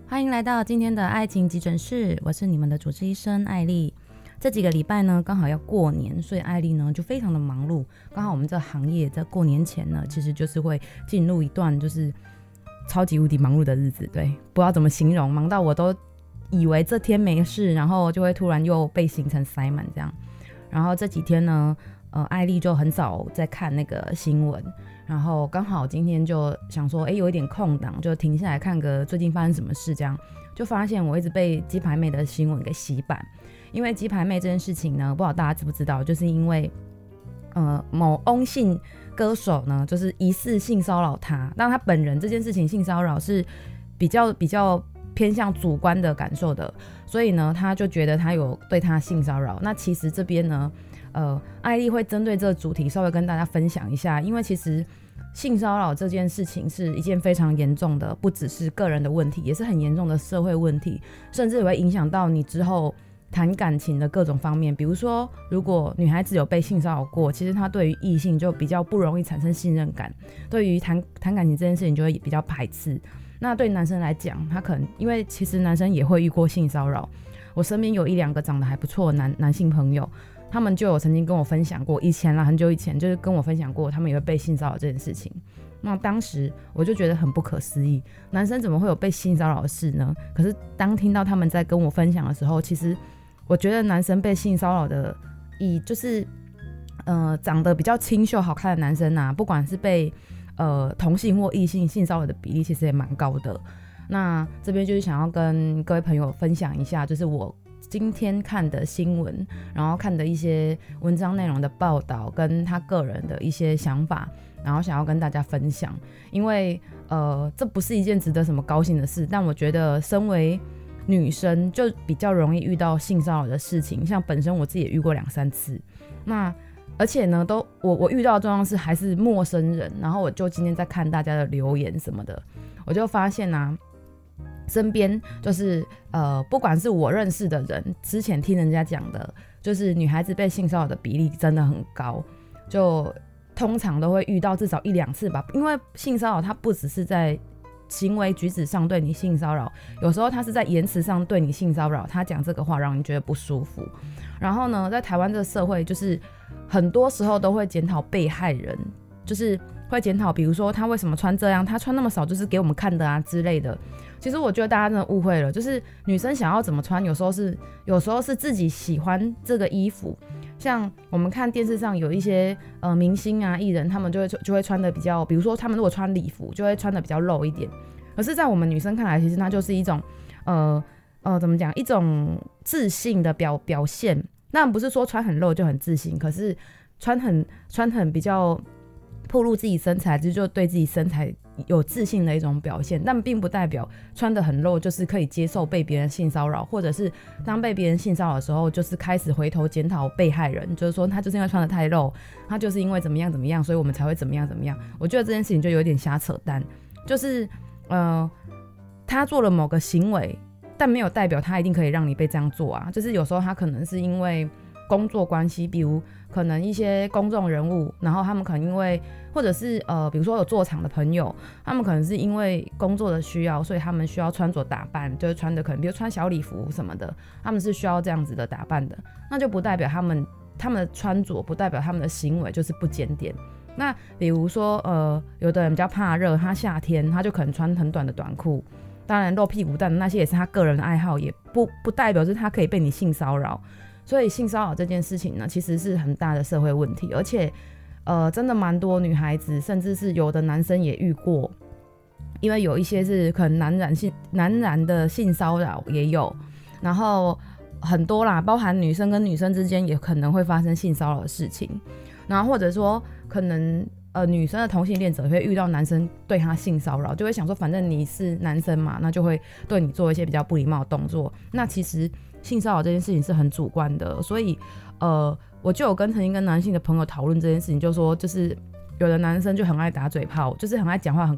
欢迎来到今天的爱情急诊室，我是你们的主治医生艾丽。这几个礼拜呢，刚好要过年，所以艾丽呢就非常的忙碌。刚好我们这行业在过年前呢，其实就是会进入一段就是超级无敌忙碌的日子，对，不知道怎么形容，忙到我都以为这天没事，然后就会突然又被行程塞满这样。然后这几天呢，艾丽就很早在看那个新闻，然后刚好今天就想说，有一点空档，就停下来看个最近发生什么事，这样就发现我一直被鸡排妹的新闻给洗版。因为鸡排妹这件事情呢，不知道大家知不知道，就是因为某翁姓歌手呢，就是疑似性骚扰他，但他本人这件事情性骚扰是比较偏向主观的感受的，所以呢，他就觉得他有对他性骚扰。那其实这边呢，艾丽会针对这个主题稍微跟大家分享一下，因为其实性骚扰这件事情是一件非常严重的，不只是个人的问题，也是很严重的社会问题，甚至也会影响到你之后谈感情的各种方面。比如说，如果女孩子有被性骚扰过，其实她对于异性就比较不容易产生信任感，对于谈感情这件事情就会比较排斥。那对男生来讲，他可能因为其实男生也会遇过性骚扰，我身边有一两个长得还不错的男性朋友，他们就有曾经跟我分享过，以前啦，很久以前就是跟我分享过他们也会被性骚扰这件事情。那当时我就觉得很不可思议，男生怎么会有被性骚扰的事呢？可是当听到他们在跟我分享的时候，其实我觉得男生被性骚扰的，就是长得比较清秀好看的男生啊，不管是被同性或异性性骚扰的比例其实也蛮高的。那这边就是想要跟各位朋友分享一下，就是我今天看的新闻，然后看的一些文章内容的报道，跟他个人的一些想法，然后想要跟大家分享。因为这不是一件值得什么高兴的事，但我觉得身为女生就比较容易遇到性骚扰的事情，像本身我自己也遇过2-3次。那而且呢，我遇到的状况是还是陌生人，然后我就今天在看大家的留言什么的，我就发现啊，身边就是不管是我认识的人，之前听人家讲的，就是女孩子被性骚扰的比例真的很高，就通常都会遇到至少1-2次吧。因为性骚扰它不只是在行为举止上对你性骚扰，有时候他是在言辞上对你性骚扰，他讲这个话让你觉得不舒服。然后呢，在台湾这个社会，就是很多时候都会检讨被害人，就是会检讨，比如说他为什么穿这样，他穿那么少就是给我们看的啊之类的。其实我觉得大家真的误会了，就是女生想要怎么穿，有时候是自己喜欢这个衣服。像我们看电视上有一些明星啊艺人，他们就会穿的比较，比如说他们如果穿礼服就会穿的比较露一点。可是在我们女生看来，其实那就是一种怎么讲，一种自信的表现。那不是说穿很露就很自信，可是穿很比较暴露自己身材，就对自己身材有自信的一种表现，但并不代表穿得很露就是可以接受被别人性骚扰，或者是当被别人性骚扰的时候，就是开始回头检讨被害人，就是说他就是因为穿得太露，他就是因为怎么样怎么样，所以我们才会怎么样怎么样。我觉得这件事情就有点瞎扯淡，就是他做了某个行为，但没有代表他一定可以让你被这样做啊。就是有时候他可能是因为工作关系，比如可能一些公众人物，然后他们可能因为，或者是比如说有做场的朋友，他们可能是因为工作的需要，所以他们需要穿着打扮，就是穿的可能比如穿小礼服什么的，他们是需要这样子的打扮的，那就不代表他们的穿着，不代表他们的行为就是不检点。那比如说有的人比较怕热，他夏天他就可能穿很短的短裤，当然露屁股蛋那些也是他个人的爱好，也不代表是他可以被你性骚扰。所以性骚扰这件事情呢，其实是很大的社会问题，而且真的蛮多女孩子，甚至是有的男生也遇过，因为有一些是可能男染的性骚扰也有，然后很多啦，包含女生跟女生之间也可能会发生性骚扰的事情，然后或者说可能女生的同性恋者会遇到男生对她性骚扰，就会想说反正你是男生嘛，那就会对你做一些比较不礼貌的动作。那其实性骚扰这件事情是很主观的，所以我就有曾经跟男性的朋友讨论这件事情，就说就是有的男生就很爱打嘴炮，就是很爱讲话，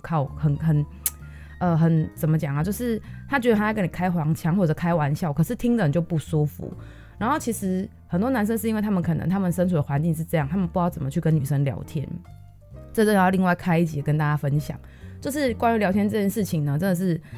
很怎么讲啊，就是他觉得他在跟你开黄腔或者开玩笑，可是听的人就不舒服。然后其实很多男生是因为他们可能他们身处的环境是这样，他们不知道怎么去跟女生聊天，这要另外开一集跟大家分享。就是关于聊天这件事情呢，真的是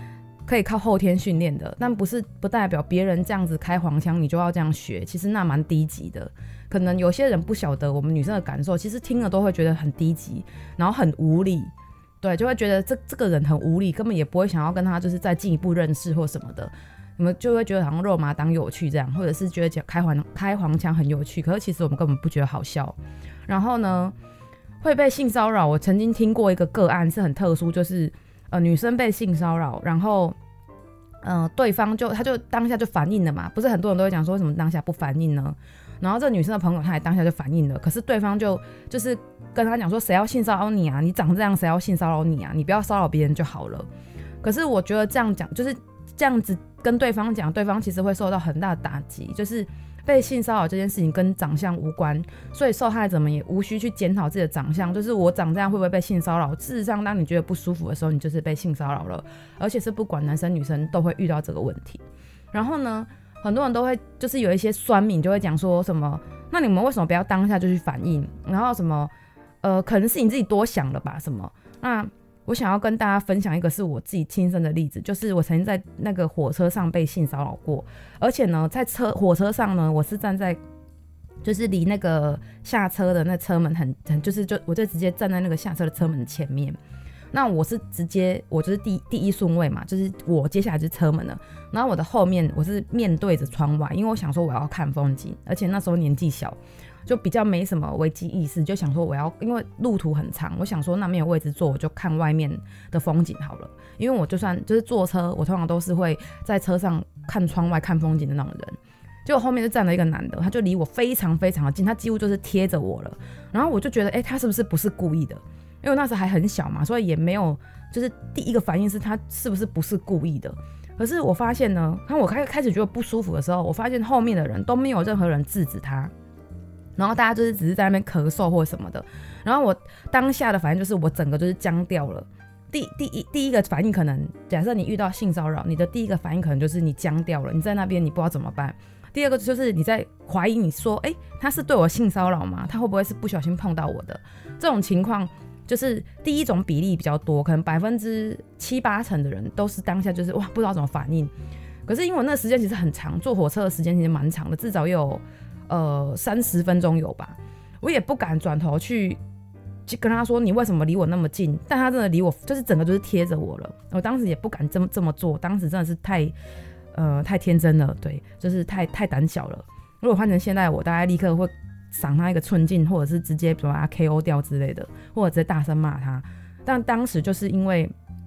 可以靠后天训练的，但不代表别人这样子开黄腔你就要这样学，其实那蛮低级的。可能有些人不晓得我们女生的感受，其实听了都会觉得很低级，然后很无理，对，就会觉得这个人很无理，根本也不会想要跟他就是再进一步认识或什么的。你们就会觉得好像肉麻当有趣这样，或者是觉得开黄腔很有趣，可是其实我们根本不觉得好笑。然后呢，会被性骚扰，我曾经听过一个个案是很特殊，就是女生被性骚扰，然后对方他就当下就反应了嘛，不是很多人都会讲说为什么当下不反应呢？然后这个女生的朋友她也当下就反应了，可是对方就是跟他讲说谁要性骚扰你啊？你长这样谁要性骚扰你啊？你不要骚扰别人就好了。可是我觉得这样讲就是这样子跟对方讲，对方其实会受到很大的打击，就是被性骚扰这件事情跟长相无关，所以受害者们也无需去检讨自己的长相，就是我长这样会不会被性骚扰？事实上，当你觉得不舒服的时候，你就是被性骚扰了，而且是不管男生女生都会遇到这个问题。然后呢，很多人都会就是有一些酸民就会讲说什么，那你们为什么不要当下就去反应？然后什么可能是你自己多想了吧什么？那我想要跟大家分享一个是我自己亲身的例子，就是我曾经在那个火车上被性骚扰过，而且呢，在火车上呢，我是站在就是离那个下车的那车门我就直接站在那个下车的车门前面。那我就是第一顺位嘛，就是我接下来就是车门了。然后我的后面我是面对着窗外，因为我想说我要看风景，而且那时候年纪小，就比较没什么危机意识，就想说因为路途很长，我想说那没有位置坐，我就看外面的风景好了。因为我就算就是坐车，我通常都是会在车上看窗外看风景的那种人。结果后面就站了一个男的，他就离我非常非常的近，他几乎就是贴着我了。然后我就觉得，他是不是故意的？因为我那时还很小嘛，所以也没有，就是第一个反应是他是不是故意的。可是我发现呢，当我开始觉得不舒服的时候，我发现后面的人都没有任何人制止他，然后大家就是只是在那边咳嗽或什么的。然后我当下的反应就是我整个就是僵掉了。第一个反应可能，假设你遇到性骚扰，你的第一个反应可能就是你僵掉了，你在那边你不知道怎么办。第二个就是你在怀疑，你说，他是对我性骚扰吗？他会不会是不小心碰到我的？这种情况就是第一种比例比较多，可能7-8成的人都是当下就是不知道怎么反应。可是因为我那个时间其实很长，坐火车的时间其实蛮长的，至少有30分钟有吧。我也不敢转头去跟他说你为什么离我那么近，但他真的离我就是整个就是贴着我了。我当时也不敢这么做，当时真的是太天真了，对，就是太胆小了。如果换成现在，我大概立刻会赏他一个寸劲，或者是直接把他 KO 掉之类的，或者直接大声骂他。但当时就是因为，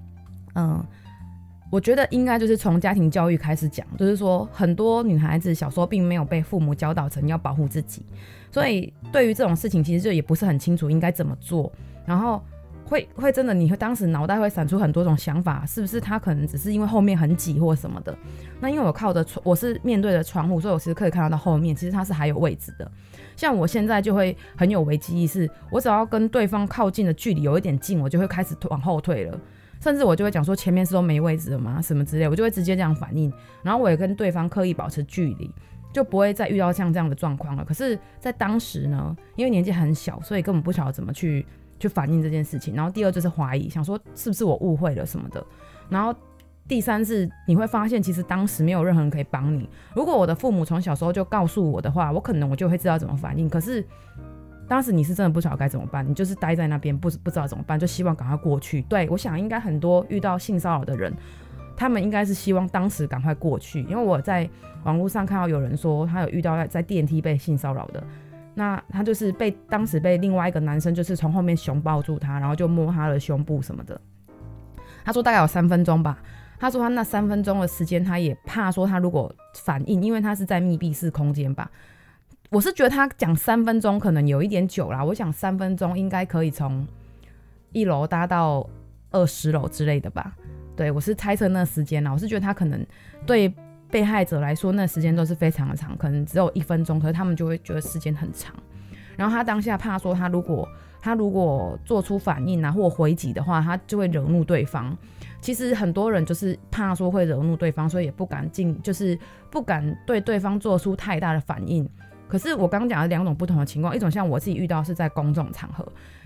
我觉得应该就是从家庭教育开始讲，就是说很多女孩子小时候并没有被父母教导成要保护自己，所以对于这种事情其实就也不是很清楚应该怎么做，然后会真的你会当时脑袋会闪出很多种想法，是不是他可能只是因为后面很挤或什么的。那因为我是面对着窗户，所以我其实可以看到后面其实他是还有位置的。像我现在就会很有危机意识，我只要跟对方靠近的距离有一点近，我就会开始往后退了，甚至我就会讲说前面是都没位置了吗什么之类，我就会直接这样反应。然后我也跟对方刻意保持距离，就不会再遇到像这样的状况了。可是在当时呢，因为年纪很小，所以根本不晓得怎么去反映这件事情。然后第二就是怀疑，想说是不是我误会了什么的。然后第三是你会发现其实当时没有任何人可以帮你。如果我的父母从小时候就告诉我的话，我可能我就会知道怎么反应。可是当时你是真的不晓得该怎么办，你就是待在那边不知道怎么办，就希望赶快过去。对，我想应该很多遇到性骚扰的人，他们应该是希望当时赶快过去。因为我在网络上看到有人说他有遇到在电梯被性骚扰的，那他就是当时被另外一个男生就是从后面熊抱住他，然后就摸他的胸部什么的。他说大概有3分钟吧，他说他那3分钟的时间他也怕说他如果反应，因为他是在密闭式空间吧。我是觉得他讲3分钟可能有一点久啦，我想3分钟应该可以从1楼搭到20楼之类的吧。对，我是猜测那时间啦，我是觉得他可能对被害者来说那时间都是非常的长，可能只有1分钟，可是他们就会觉得时间很长。然后他当下怕说他如果做出反应啊或回击的话，他就会惹怒对方。其实很多人就是怕说会惹怒对方，所以也不敢就是不敢对对方做出太大的反应。可是我刚刚讲的2种不同的情况，一种像我自己遇到是在公众场合，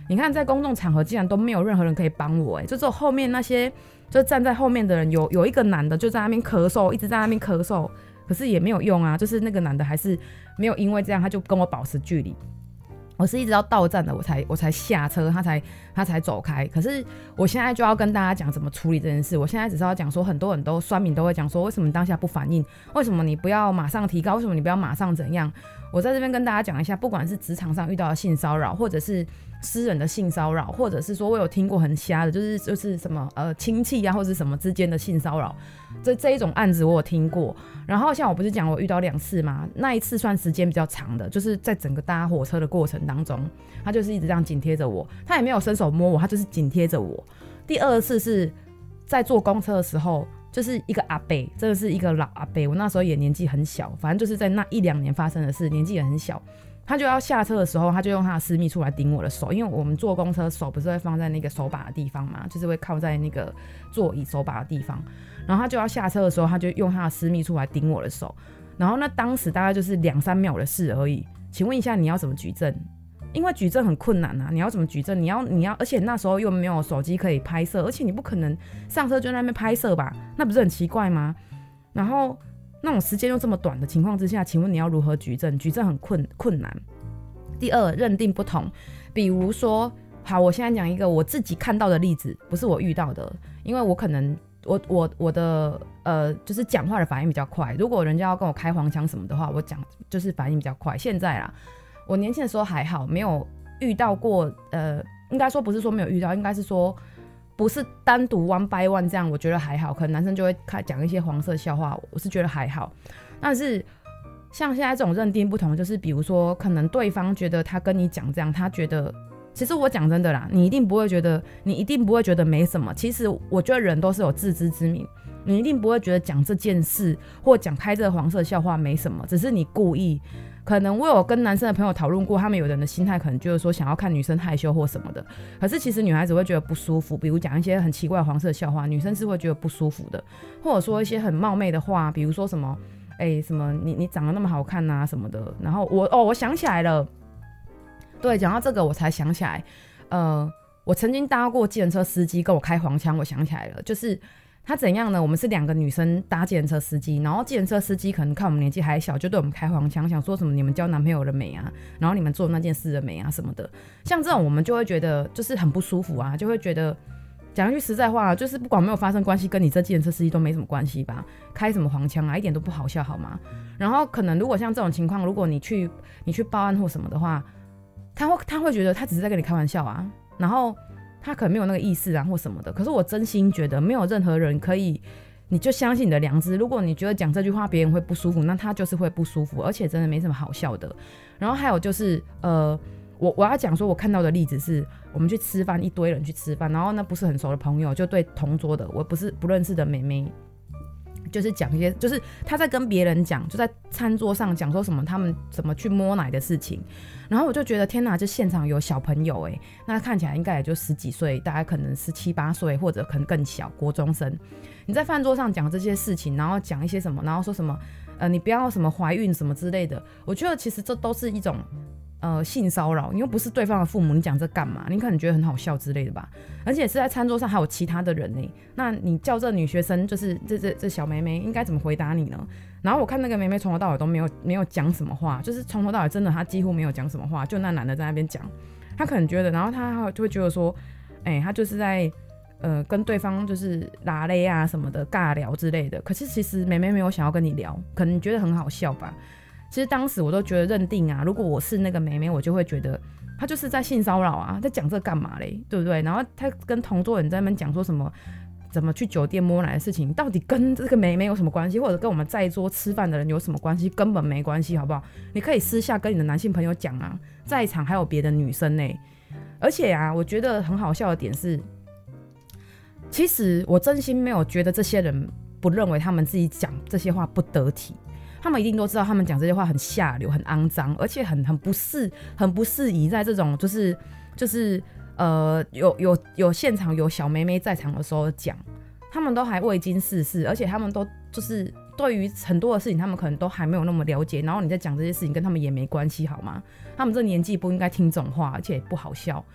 你看在公众场合竟然都没有任何人可以帮我，就只有后面那些就站在后面的人有一个男的就在那边咳嗽，一直在那边咳嗽，可是也没有用啊，就是那个男的还是没有因为这样他就跟我保持距离。我是一直到到站了我才下车，他才走开。可是我现在就要跟大家讲怎么处理这件事。我现在只是要讲说，很多人都酸民都会讲说，为什么你当下不反应？为什么你不要马上提高？为什么你不要马上怎样？我在这边跟大家讲一下，不管是职场上遇到的性骚扰，或者是私人的性骚扰，或者是说我有听过很瞎的，就是什么亲戚啊，或者是什么之间的性骚扰，这一种案子我有听过。然后像我不是讲我遇到2次吗？那一次算时间比较长的，就是在整个搭火车的过程当中，他就是一直这样紧贴着我，他也没有伸手摸我，他就是紧贴着我。第2次是在坐公车的时候，就是一个阿伯，真的是一个老阿伯，我那时候也年纪很小，反正就是在那1-2年发生的事，年纪也很小。他就要下车的时候，他就用他的私密处来顶我的手，因为我们坐公车手不是会放在那个手把的地方嘛，就是会靠在那个座椅手把的地方。然后他就要下车的时候，他就用他的私密处来顶我的手。然后那当时大概就是2-3秒的事而已。请问一下，你要怎么举证？因为举证很困难啊，你要怎么举证？你要，而且那时候又没有手机可以拍摄，而且你不可能上车就在那边拍摄吧？那不是很奇怪吗？然后那种时间又这么短的情况之下，请问你要如何举证？举证很困难。第2，认定不同，比如说，好，我现在讲一个我自己看到的例子，不是我遇到的，因为我可能我的就是讲话的反应比较快，如果人家要跟我开黄腔什么的话，我讲就是反应比较快。现在啦，我年轻的时候还好，没有遇到过，应该说不是说没有遇到，应该是说不是单独 one by one 这样，我觉得还好。可能男生就会讲一些黄色笑话，我是觉得还好。但是像现在这种认定不同，就是比如说可能对方觉得他跟你讲这样，他觉得其实我讲真的啦，你一定不会觉得没什么。其实我觉得人都是有自知之明，你一定不会觉得讲这件事或讲开这个黄色笑话没什么，只是你故意。可能我有跟男生的朋友讨论过，他们有人的心态可能就是说想要看女生害羞或什么的，可是其实女孩子会觉得不舒服，比如讲一些很奇怪的黄色笑话，女生是会觉得不舒服的，或者说一些很冒昧的话，比如说什么什么你长得那么好看啊什么的。然后我想起来了，对，讲到这个我才想起来，我曾经搭过计程车司机跟我开黄腔，我想起来了，就是他怎样呢？我们是2个女生搭计程车司机，然后计程车司机可能看我们年纪还小，就对我们开黄腔，想说什么你们交男朋友了没啊？然后你们做那件事了没啊？什么的。像这种我们就会觉得就是很不舒服啊，就会觉得讲一句实在话，就是不管没有发生关系，跟你这计程车司机都没什么关系吧？开什么黄腔啊，一点都不好笑好吗？然后可能如果像这种情况，如果你去报案或什么的话，他会觉得他只是在跟你开玩笑啊，然后他可能没有那个意思啊或什么的。可是我真心觉得没有任何人可以，你就相信你的良知，如果你觉得讲这句话别人会不舒服，那他就是会不舒服，而且真的没什么好笑的。然后还有就是我要讲说我看到的例子是，我们去吃饭，一堆人去吃饭，然后那不是很熟的朋友就对同桌的我不认识的妹妹，就是讲一些，就是他在跟别人讲，就在餐桌上讲说什么他们怎么去摸奶的事情。然后我就觉得天哪，就现场有小朋友那看起来应该也就10几岁，大概可能17、18岁，或者可能更小，国中生。你在饭桌上讲这些事情，然后讲一些什么，然后说什么你不要什么怀孕什么之类的，我觉得其实这都是一种性骚扰。你又不是对方的父母，你讲这干嘛？你可能觉得很好笑之类的吧。而且是在餐桌上还有其他的人那你叫这女学生，就是这小妹妹应该怎么回答你呢？然后我看那个妹妹从头到尾都没有讲什么话，就是从头到尾真的她几乎没有讲什么话，就那男的在那边讲，她可能觉得，然后她就会觉得说她就是在跟对方就是拉勒啊什么的尬聊之类的。可是其实妹妹没有想要跟你聊，可能你觉得很好笑吧。其实当时我都觉得认定啊，如果我是那个妹妹，我就会觉得她就是在性骚扰啊，在讲这干嘛嘞，对不对？然后她跟同桌人在那边讲说什么怎么去酒店摸奶的事情，到底跟这个妹妹有什么关系，或者跟我们在桌吃饭的人有什么关系？根本没关系，好不好？你可以私下跟你的男性朋友讲啊，在场还有别的女生而且啊，我觉得很好笑的点是，其实我真心没有觉得这些人不认为他们自己讲这些话不得体，他们一定都知道他们讲这些话很下流、很肮脏，而且很不适宜在这种就是有现场有小妹妹在场的时候讲。他们都还未经世事，而且他们都就是对于很多的事情他们可能都还没有那么了解，然后你在讲这些事情跟他们也没关系好吗？他们这年纪不应该听这种话，而且也不好笑。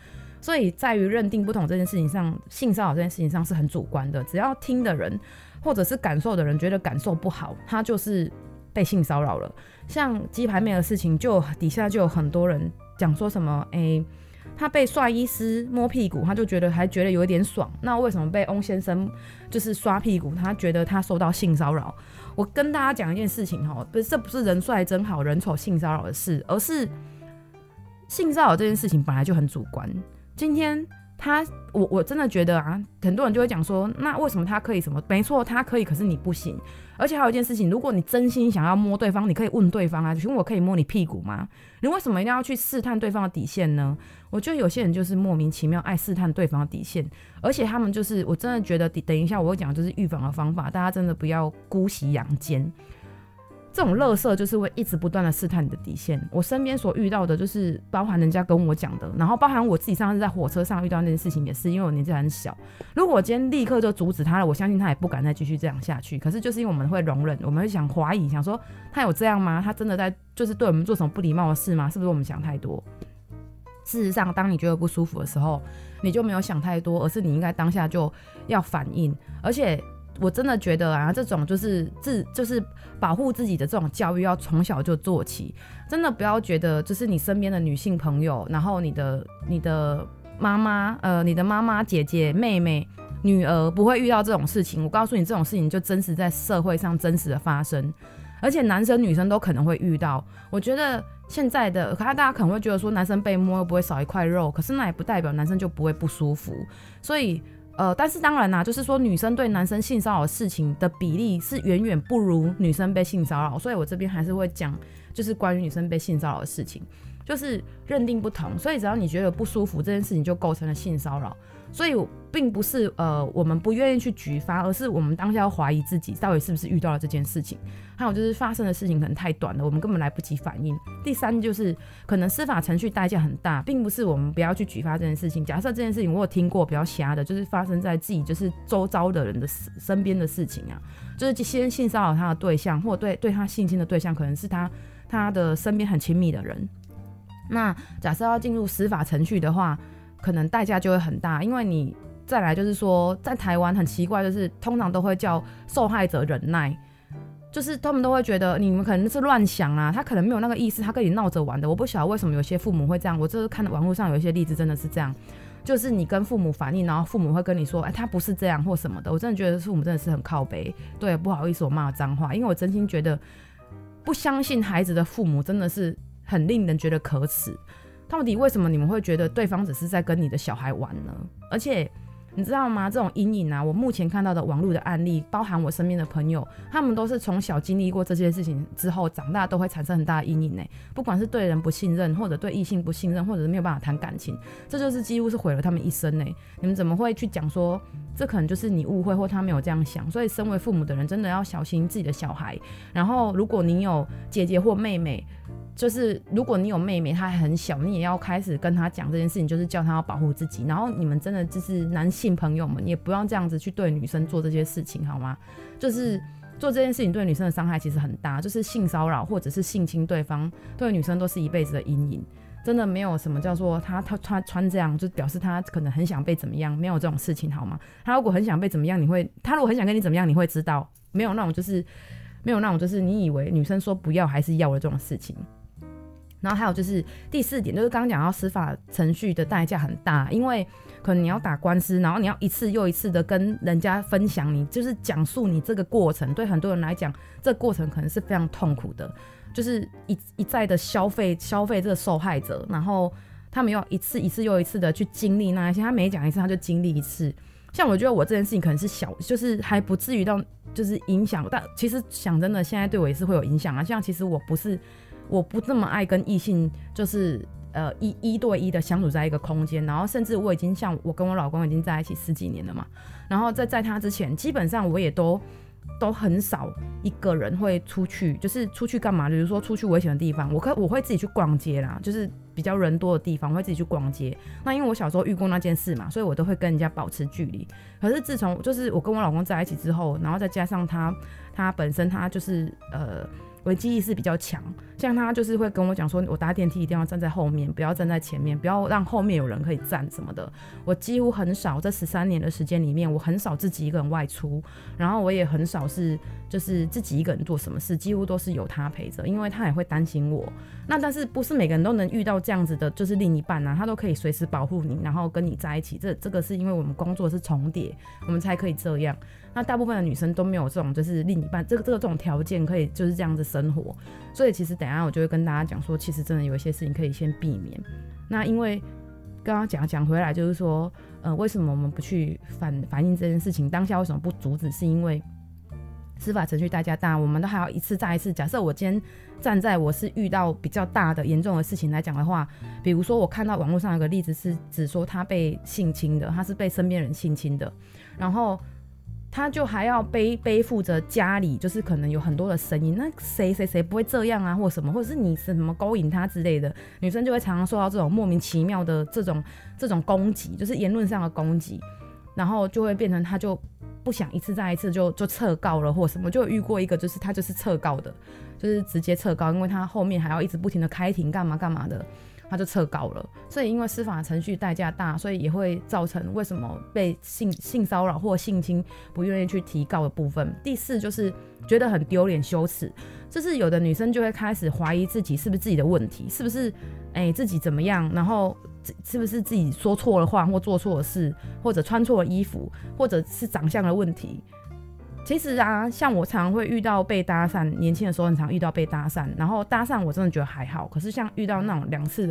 所以在于认定不同这件事情上，性骚扰这件事情上是很主观的，只要听的人或者是感受的人觉得感受不好，他就是被性骚扰了。像鸡排妹的事情，就底下就有很多人讲说什么，他被帅医师摸屁股，他就还觉得有一点爽。那为什么被翁先生就是刷屁股，他觉得他受到性骚扰？我跟大家讲一件事情这不是人帅真好人丑性骚扰的事，而是性骚扰这件事情本来就很主观。今天我真的觉得啊，很多人就会讲说，那为什么他可以什么？没错，他可以，可是你不行。而且还有一件事情，如果你真心想要摸对方，你可以问对方啊，请问我可以摸你屁股吗？你为什么一定要去试探对方的底线呢？我觉得有些人就是莫名其妙爱试探对方的底线，而且他们就是我真的觉得，等一下我会讲就是预防的方法，大家真的不要姑息养奸。这种垃圾就是会一直不断的试探你的底线。我身边所遇到的就是包含人家跟我讲的，然后包含我自己上次在火车上遇到那件事情也是，因为我年纪很小。如果我今天立刻就阻止他了，我相信他也不敢再继续这样下去。可是就是因为我们会容忍，我们会想怀疑，想说他有这样吗？他真的在就是对我们做什么不礼貌的事吗？是不是我们想太多？事实上，当你觉得不舒服的时候，你就没有想太多，而是你应该当下就要反应。而且我真的觉得啊，这种就是保护自己的这种教育要从小就做起，真的不要觉得就是你身边的女性朋友，然后你的妈妈你的妈妈、姐姐、妹妹、女儿不会遇到这种事情。我告诉你，这种事情就真实在社会上真实的发生，而且男生女生都可能会遇到。我觉得现在的大家可能会觉得说男生被摸又不会少一块肉，可是那也不代表男生就不会不舒服。所以但是当然啦，就是说女生对男生性骚扰的事情的比例是远远不如女生被性骚扰，所以我这边还是会讲，就是关于女生被性骚扰的事情，就是认定不同，所以只要你觉得不舒服，这件事情就构成了性骚扰。所以并不是我们不愿意去举发，而是我们当下要怀疑自己到底是不是遇到了这件事情。还有就是发生的事情可能太短了，我们根本来不及反应。第三就是可能司法程序代价很大，并不是我们不要去举发这件事情。假设这件事情我有听过比较瞎的，就是发生在自己就是周遭的人的身边的事情啊，就是先性骚扰他的对象，或对他性侵的对象可能是他的身边很亲密的人。那假设要进入司法程序的话，可能代价就会很大，因为你再来就是说，在台湾很奇怪，就是通常都会叫受害者忍耐，就是他们都会觉得你们可能是乱想啊，他可能没有那个意思，他跟你闹着玩的。我不晓得为什么有些父母会这样，我就是看网络上有一些例子真的是这样，就是你跟父母反映，然后父母会跟你说，他不是这样或什么的。我真的觉得父母真的是很靠北，对，不好意思我骂脏话，因为我真心觉得不相信孩子的父母真的是很令人觉得可耻。到底为什么你们会觉得对方只是在跟你的小孩玩呢？而且你知道吗？这种阴影啊，我目前看到的网络的案例，包含我身边的朋友，他们都是从小经历过这些事情之后，长大都会产生很大的阴影。不管是对人不信任，或者对异性不信任，或者是没有办法谈感情，这就是几乎是毁了他们一生。你们怎么会去讲说这可能就是你误会，或他没有这样想？所以身为父母的人真的要小心自己的小孩。然后如果你有姐姐或妹妹，就是如果你有妹妹她还很小，你也要开始跟她讲这件事情，就是叫她要保护自己。然后你们真的就是男性朋友们也不要这样子去对女生做这些事情好吗？就是做这件事情对女生的伤害其实很大，就是性骚扰或者是性侵对方对女生都是一辈子的阴影。真的没有什么叫做他穿这样就表示他可能很想被怎么样，没有这种事情好吗？他如果很想被怎么样，他如果很想跟你怎么样，你会知道，没有那种就是你以为女生说不要还是要的这种事情。然后还有就是第四点，就是刚刚讲到司法程序的代价很大，因为可能你要打官司，然后你要一次又一次的跟人家分享你就是讲述你这个过程，对很多人来讲这个过程可能是非常痛苦的，就是一再的消费这个受害者，然后他们要一次又一次的去经历那一些，他每讲一次他就经历一次。像我觉得我这件事情可能是小，就是还不至于到就是影响，但其实想真的现在对我也是会有影响啊。像其实我不这么爱跟异性就是一对一的相处在一个空间，然后甚至我已经像我跟我老公已经在一起10几年了嘛，然后在他之前基本上我也都很少一个人会出去，就是出去干嘛，比如说出去危险的地方，我会自己去逛街啦，就是比较人多的地方我会自己去逛街。那因为我小时候遇过那件事嘛，所以我都会跟人家保持距离。可是自从就是我跟我老公在一起之后，然后再加上他本身他就是危机意识比较强，像他就是会跟我讲说，我搭电梯一定要站在后面，不要站在前面，不要让后面有人可以站什么的。我几乎很少这13年的时间里面，我很少自己一个人外出，然后我也很少是就是自己一个人做什么事，几乎都是有他陪着，因为他也会担心我。那但是不是每个人都能遇到这样子的，就是另一半啊，他都可以随时保护你，然后跟你在一起。这个是因为我们工作是重叠，我们才可以这样。那大部分的女生都没有这种就是另一半这种条件可以就是这样子生活，所以其实等一下我就会跟大家讲说，其实真的有一些事情可以先避免。那因为刚刚讲回来就是说，为什么我们不去反映这件事情？当下为什么不阻止？是因为司法程序代价大，我们都还要一次再一次。假设我今天站在我是遇到比较大的严重的事情来讲的话，比如说我看到网络上有个例子是指说他被性侵的，他是被身边人性侵的，然后他就还要背负着家里就是可能有很多的声音，那谁不会这样啊，或什么，或者是你什么勾引他之类的，女生就会常常受到这种莫名其妙的这种攻击，就是言论上的攻击，然后就会变成他就不想一次再一次就撤告了或什么。就有遇过一个就是他就是撤告的，就是直接撤告，因为他后面还要一直不停的开庭干嘛干嘛的，他就撤告了。所以因为司法程序代价大，所以也会造成为什么被性骚扰或性侵不愿意去提告的部分。第四就是觉得很丢脸羞耻，就是有的女生就会开始怀疑自己是不是自己的问题，是不是自己怎么样，然后是不是自己说错了话或做错了事，或者穿错了衣服，或者是长相的问题。其实啊，像我常常会遇到被搭讪，年轻的时候很常遇到被搭讪，然后搭讪我真的觉得还好，可是像遇到那种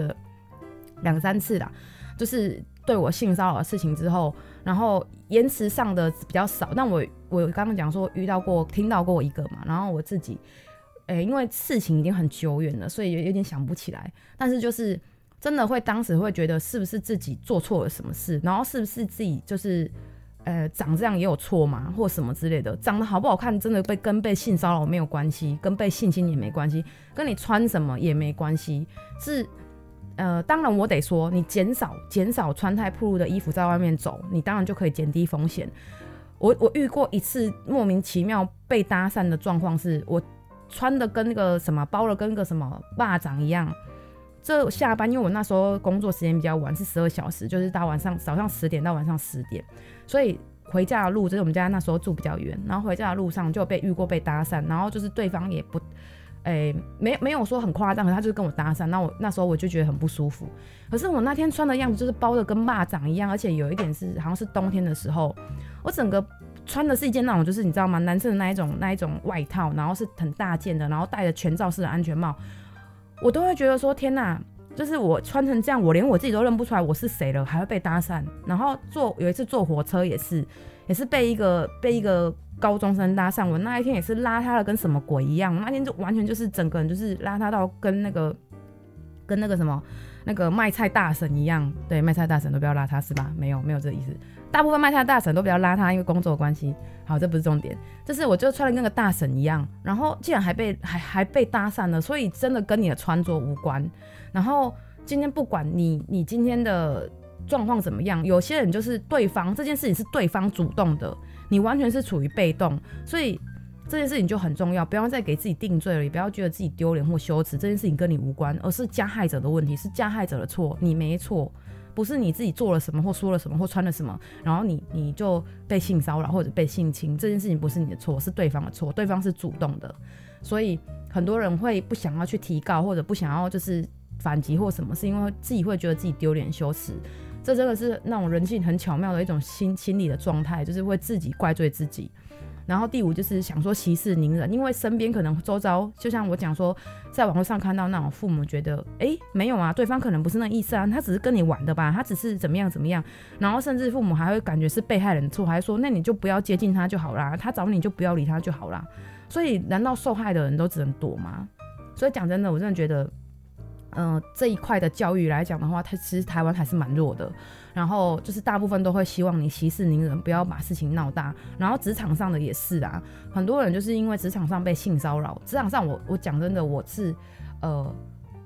2、3次啦，就是对我性骚扰的事情之后，然后言辞上的比较少，但我刚刚讲说听到过一个嘛，然后我自己因为事情已经很久远了，所以有点想不起来，但是就是真的会当时会觉得是不是自己做错了什么事，然后是不是自己就是长这样也有错吗，或什么之类的。长得好不好看真的跟被性骚扰没有关系，跟被性侵也没关系，跟你穿什么也没关系。是当然我得说，你减少穿太暴露的衣服在外面走，你当然就可以减低风险。我遇过一次莫名其妙被搭讪的状况，是我穿的跟那个什么包了跟个什么蚂蚱一样。这下班，因为我那时候工作时间比较晚，是12小时，就是到早上10点到晚上10点，所以回家的路，就是我们家那时候住比较远，然后回家的路上就遇过被搭讪，然后就是对方也不，没有说很夸张，可是他就是跟我搭讪，那时候我就觉得很不舒服。可是我那天穿的样子就是包的跟蚂蚱一样，而且有一点是好像是冬天的时候，我整个穿的是一件那种就是你知道吗，男生的那一种外套，然后是很大件的，然后戴着全罩式的安全帽。我都会觉得说天哪，就是我穿成这样，我连我自己都认不出来我是谁了，还会被搭讪。然后有一次坐火车也是被一个高中生搭讪，我那一天也是邋遢的跟什么鬼一样，那天就完全就是整个人就是邋遢到跟那个什么那个卖菜大神一样。对，卖菜大神都不要邋遢是吧？没有这个意思。大部分卖菜大神都比较邋遢，因为工作的关系。好，这不是重点，就是我就穿的跟个大神一样，然后竟然还被搭讪了，所以真的跟你的穿着无关。然后今天不管你今天的状况怎么样，有些人就是对方这件事情是对方主动的，你完全是处于被动，所以这件事情就很重要，不要再给自己定罪了，也不要觉得自己丢脸或羞耻，这件事情跟你无关，而是加害者的问题，是加害者的错，你没错。不是你自己做了什么或说了什么或穿了什么，然后你就被性骚扰或者被性侵，这件事情不是你的错，是对方的错，对方是主动的。所以很多人会不想要去提告或者不想要就是反击或什么，是因为自己会觉得自己丢脸羞耻。这真的是那种人性很巧妙的一种心理的状态，就是会自己怪罪自己。然后第5就是想说息事宁人，因为身边可能周遭，就像我讲说，在网络上看到那种父母觉得，没有啊，对方可能不是那意思啊，他只是跟你玩的吧，他只是怎么样，然后甚至父母还会感觉是被害人的错，还说那你就不要接近他就好啦，他找你就不要理他就好啦。所以难道受害的人都只能躲吗？所以讲真的，我真的觉得这一块的教育来讲的话，其实台湾还是蛮弱的。然后就是大部分都会希望你息事宁人，不要把事情闹大。然后职场上的也是啊，很多人就是因为职场上被性骚扰，职场上我讲真的，我是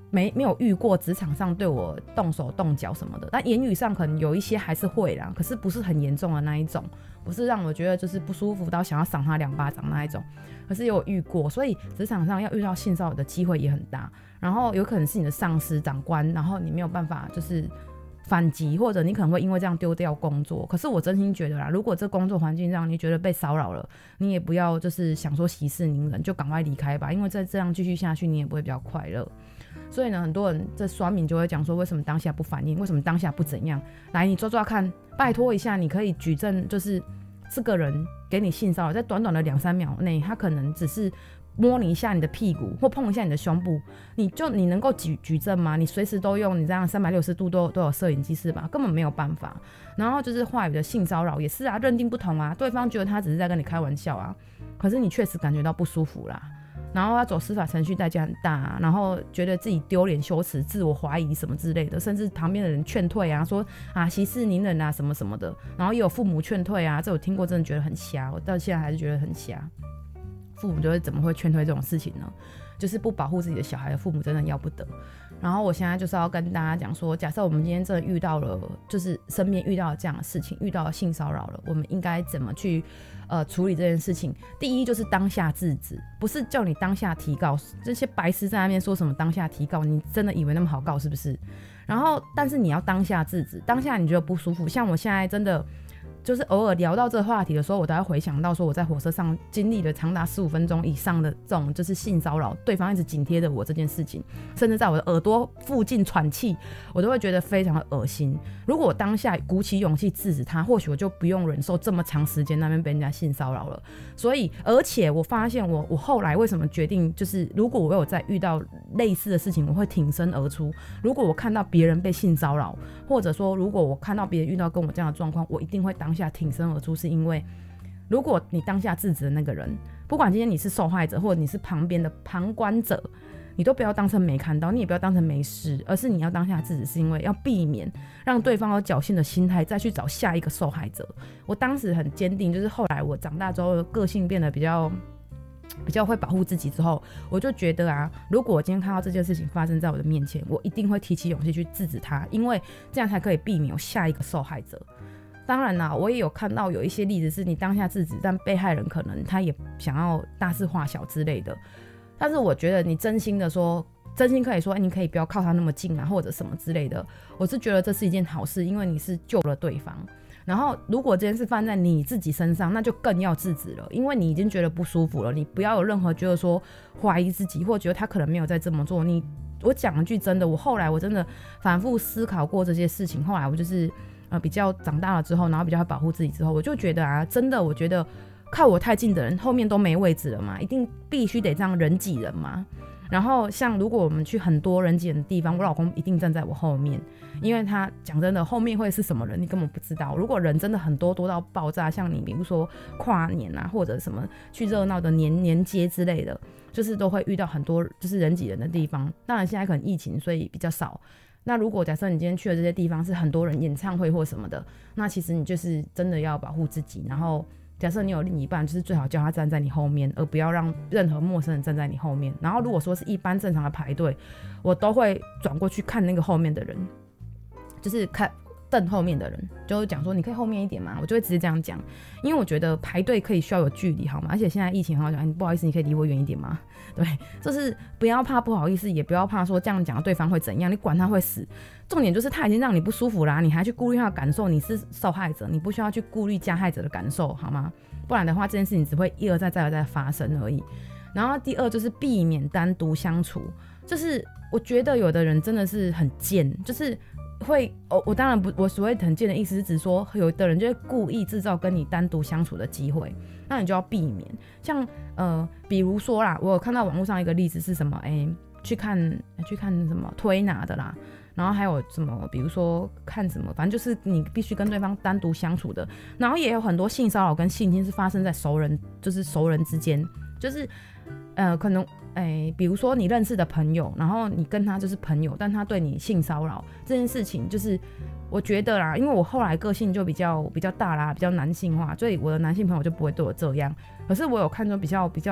没有遇过职场上对我动手动脚什么的，但言语上可能有一些还是会啦，可是不是很严重的那一种，不是让我觉得就是不舒服到想要赏他2巴掌那一种，可是有遇过，所以职场上要遇到性骚扰的机会也很大，然后有可能是你的上司长官，然后你没有办法就是反击，或者你可能会因为这样丢掉工作。可是我真心觉得啦，如果这工作环境让你觉得被骚扰了，你也不要就是想说息事宁人，就赶快离开吧，因为再这样继续下去你也不会比较快乐。所以呢，很多人这酸民就会讲说，为什么当下不反应，为什么当下不怎样，来你抓抓看，拜托一下，你可以举证，就是这个人给你性骚扰，在短短的2-3秒内，他可能只是摸你一下你的屁股或碰一下你的胸部，你能够举证吗？你随时都用，你这样360度都有摄影机是吧？根本没有办法。然后就是话语的性骚扰也是啊，认定不同啊，对方觉得他只是在跟你开玩笑啊，可是你确实感觉到不舒服啦，然后要走司法程序代价很大啊，然后觉得自己丢脸羞耻、自我怀疑什么之类的，甚至旁边的人劝退啊，说啊息事宁人啊什么什么的，然后也有父母劝退啊，这我听过，真的觉得很瞎，我到现在还是觉得很瞎。父母就会怎么会劝退这种事情呢？就是不保护自己的小孩的父母真的要不得。然后我现在就是要跟大家讲说，假设我们今天真的遇到了，就是身边遇到了这样的事情，遇到了性骚扰了，我们应该怎么去处理这件事情？第一就是当下制止，不是叫你当下提告，这些白痴在那边说什么当下提告，你真的以为那么好告是不是？然后但是你要当下制止，当下你觉得不舒服，像我现在真的。就是偶尔聊到这个话题的时候，我都会回想到说我在火车上经历了长达15分钟以上的这种就是性骚扰，对方一直紧贴着我这件事情，甚至在我的耳朵附近喘气，我都会觉得非常的恶心。如果我当下鼓起勇气制止他，或许我就不用忍受这么长时间那边被人家性骚扰了。所以，而且我发现我后来为什么决定，就是如果我有在遇到类似的事情，我会挺身而出。如果我看到别人被性骚扰，或者说如果我看到别人遇到跟我这样的状况，我一定会当下挺身而出，是因为如果你当下制止的那个人，不管今天你是受害者或者你是旁边的旁观者，你都不要当成没看到，你也不要当成没事，而是你要当下制止，是因为要避免让对方有侥幸的心态再去找下一个受害者。我当时很坚定，就是后来我长大之后个性变得比较会保护自己之后，我就觉得啊，如果我今天看到这件事情发生在我的面前，我一定会提起勇气去制止它，因为这样才可以避免有下一个受害者。当然啦，我也有看到有一些例子是你当下制止，但被害人可能他也想要大事化小之类的。但是我觉得你真心的说，真心可以说，你可以不要靠他那么近啊，或者什么之类的。我是觉得这是一件好事，因为你是救了对方。然后如果这件事发生在你自己身上，那就更要制止了，因为你已经觉得不舒服了，你不要有任何觉得说怀疑自己，或觉得他可能没有在这么做。我讲一句真的，我后来我真的反复思考过这些事情，后来我就是比较长大了之后，然后比较会保护自己之后，我就觉得啊，真的我觉得靠我太近的人后面都没位置了嘛，一定必须得这样人挤人嘛。然后像如果我们去很多人挤人的地方，我老公一定站在我后面，因为他讲真的后面会是什么人你根本不知道。如果人真的很多，多到爆炸，像你比如说跨年啊，或者什么去热闹的年街之类的，就是都会遇到很多就是人挤人的地方。当然现在可能疫情所以比较少，那如果假设你今天去的这些地方是很多人演唱会或什么的，那其实你就是真的要保护自己。然后假设你有另一半，就是最好叫他站在你后面，而不要让任何陌生人站在你后面。然后如果说是一般正常的排队，我都会转过去看那个后面的人，就是看瞪后面的人，就讲说你可以后面一点嘛，我就会直接这样讲，因为我觉得排队可以需要有距离，好吗？而且现在疫情很好讲，不好意思，你可以离我远一点吗？对，就是不要怕不好意思，也不要怕说这样讲对方会怎样，你管他会死。重点就是他已经让你不舒服啦，你还去顾虑他的感受，你是受害者，你不需要去顾虑加害者的感受，好吗？不然的话，这件事情只会一而再再而再发生而已。然后第二就是避免单独相处，就是我觉得有的人真的是很贱，就是会我当然不，我所谓很贱的意思是指说，有的人就会故意制造跟你单独相处的机会，那你就要避免。像比如说啦，我有看到网络上一个例子是什么，去看什么推拿的啦，然后还有什么，比如说看什么，反正就是你必须跟对方单独相处的。然后也有很多性骚扰跟性侵是发生在熟人之间，就是可能比如说你认识的朋友，然后你跟他就是朋友，但他对你性骚扰这件事情，就是我觉得啦，因为我后来个性就比较大啦，比较男性化，所以我的男性朋友就不会对我这样。可是我有看说比较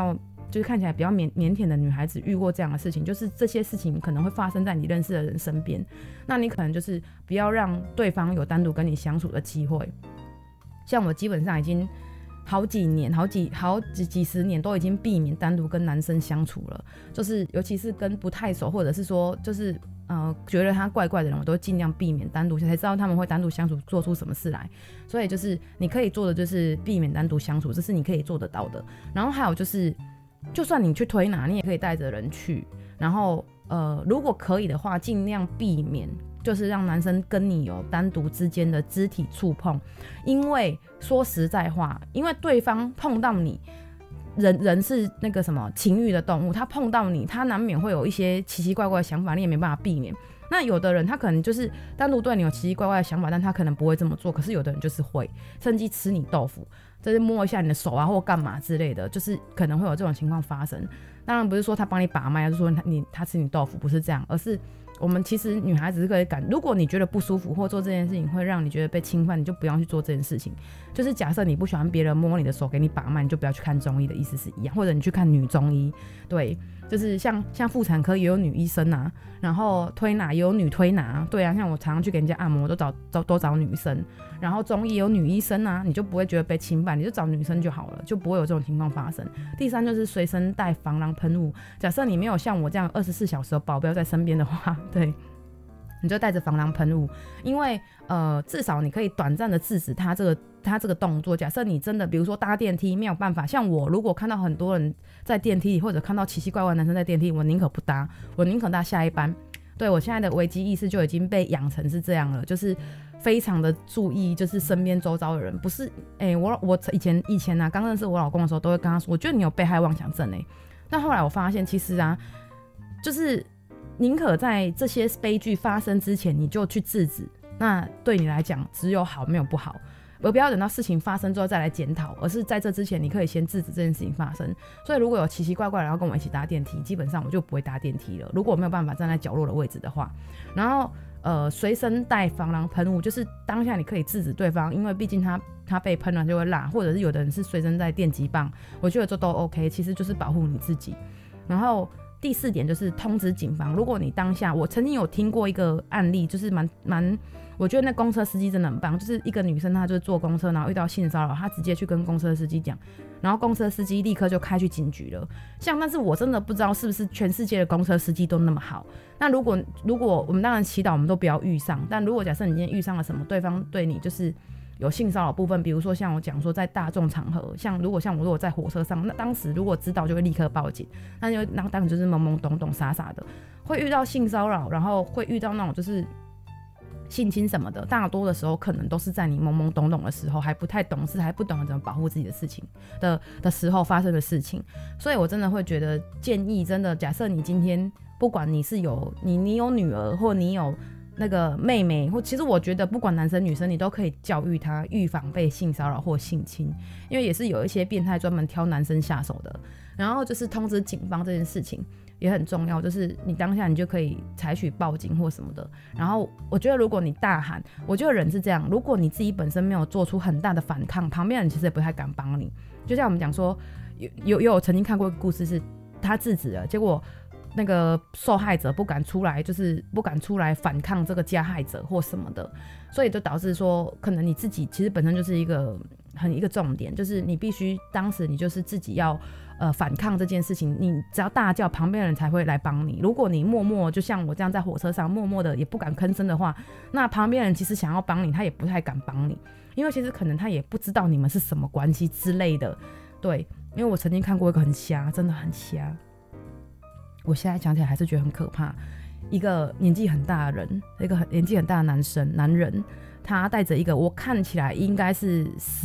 就是看起来比较腼腆的女孩子遇过这样的事情，就是这些事情可能会发生在你认识的人身边，那你可能就是不要让对方有单独跟你相处的机会。像我基本上已经好几年、几十年都已经避免单独跟男生相处了，就是尤其是跟不太熟，或者是说就是觉得他怪怪的人，我都尽量避免单独，才知道他们会单独相处做出什么事来。所以就是你可以做的就是避免单独相处，这是你可以做得到的。然后还有就是，就算你去推拿，你也可以带着人去。然后如果可以的话，尽量避免就是让男生跟你有单独之间的肢体触碰，因为说实在话，因为对方碰到你。人是那个什么情欲的动物，他碰到你，他难免会有一些奇奇怪怪的想法，你也没办法避免。那有的人他可能就是单独对你有奇奇怪怪的想法，但他可能不会这么做。可是有的人就是会，趁机吃你豆腐，就是摸一下你的手啊，或干嘛之类的，就是可能会有这种情况发生。当然不是说他帮你把脉，就是说他吃你豆腐，不是这样，而是我们其实女孩子是可以如果你觉得不舒服或做这件事情会让你觉得被侵犯，你就不要去做这件事情。就是假设你不喜欢别人摸你的手给你把脉，你就不要去看中医的意思是一样，或者你去看女中医。对，就是像妇产科也有女医生啊，然后推拿也有女推拿。对啊，像我常常去给人家按摩都找女生，然后中医也有女医生啊，你就不会觉得被侵犯，你就找女生就好了，就不会有这种情况发生。第三就是随身带防狼喷雾，假设你没有像我这样24小时的保镖在身边的话，对，你就带着防狼喷雾，因为至少你可以短暂的制止他这个动作。假设你真的比如说搭电梯没有办法，像我如果看到很多人在电梯里，或者看到奇奇怪怪的男生在电梯，我宁可不搭，我宁可搭下一班。对，我现在的危机意识就已经被养成是这样了，就是非常的注意，就是身边周遭的人。不是我以前啊，刚认识我老公的时候，都会跟他说，我觉得你有被害妄想症但后来我发现，其实啊，就是宁可在这些悲剧发生之前，你就去制止。那对你来讲，只有好没有不好。而不要等到事情发生之后再来检讨，而是在这之前你可以先制止这件事情发生。所以如果有奇奇怪怪然后跟我一起搭电梯，基本上我就不会搭电梯了，如果我没有办法站在角落的位置的话。然后随身带防狼喷雾，就是当下你可以制止对方，因为毕竟他被喷了就会辣，或者是有的人是随身带电击棒，我觉得这都 OK， 其实就是保护你自己。然后第4点就是通知警方。如果你当下，我曾经有听过一个案例，就是我觉得那公车司机真的很棒，就是一个女生，她就是坐公车，然后遇到性骚扰，她直接去跟公车司机讲，然后公车司机立刻就开去警局了。但是我真的不知道是不是全世界的公车司机都那么好。那如果我们当然祈祷我们都不要遇上，但如果假设你今天遇上了什么，对方对你就是有性骚扰部分，比如说像我讲说在大众场合，如果我在火车上，那当时如果知道就会立刻报警，那当然就是懵懵懂懂傻傻的，会遇到性骚扰，然后会遇到那种就是性侵什么的，大多的时候可能都是在你懵懵懂懂的时候，还不太懂事，还不懂得怎么保护自己的事情的时候发生的事情。所以我真的会觉得建议，真的假设你今天不管你是你有女儿，或你有那个妹妹，或其实我觉得不管男生女生，你都可以教育他预防被性骚扰或性侵，因为也是有一些变态专门挑男生下手的。然后就是通知警方这件事情也很重要，就是你当下你就可以采取报警或什么的。然后我觉得如果你大喊，我觉得人是这样，如果你自己本身没有做出很大的反抗，旁边人其实也不太敢帮你。就像我们讲说，有曾经看过一个故事，是他制止了，结果那个受害者不敢出来反抗这个加害者或什么的，所以就导致说，可能你自己其实本身就是一个重点，就是你必须当时你就是自己要反抗这件事情，你只要大叫，旁边的人才会来帮你。如果你默默就像我这样在火车上默默的也不敢吭声的话，那旁边人其实想要帮你，他也不太敢帮你，因为其实可能他也不知道你们是什么关系之类的。对，因为我曾经看过一个很瞎，真的很瞎，我现在想起来还是觉得很可怕。一个年纪很大的人，一个年纪很大的男人，他带着一个我看起来应该是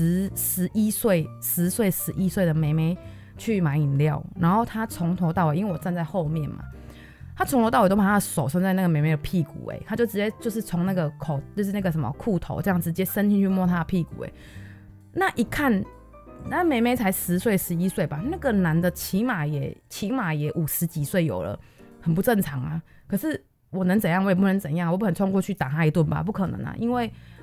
10岁11岁的妹妹去买饮料，然后他从头到尾，因为我站在后面嘛，他从头到尾都把他的手伸在那个妹妹的屁股，他就直接就是从那个口，就是那个什么裤头这样直接伸进去摸她的屁股，那一看，那妹妹才10岁11岁吧，那个男的起码也50几岁有了，很不正常啊。可是我能怎样？我也不能怎样，我不可能冲过去打他一顿吧，不可能啊，因为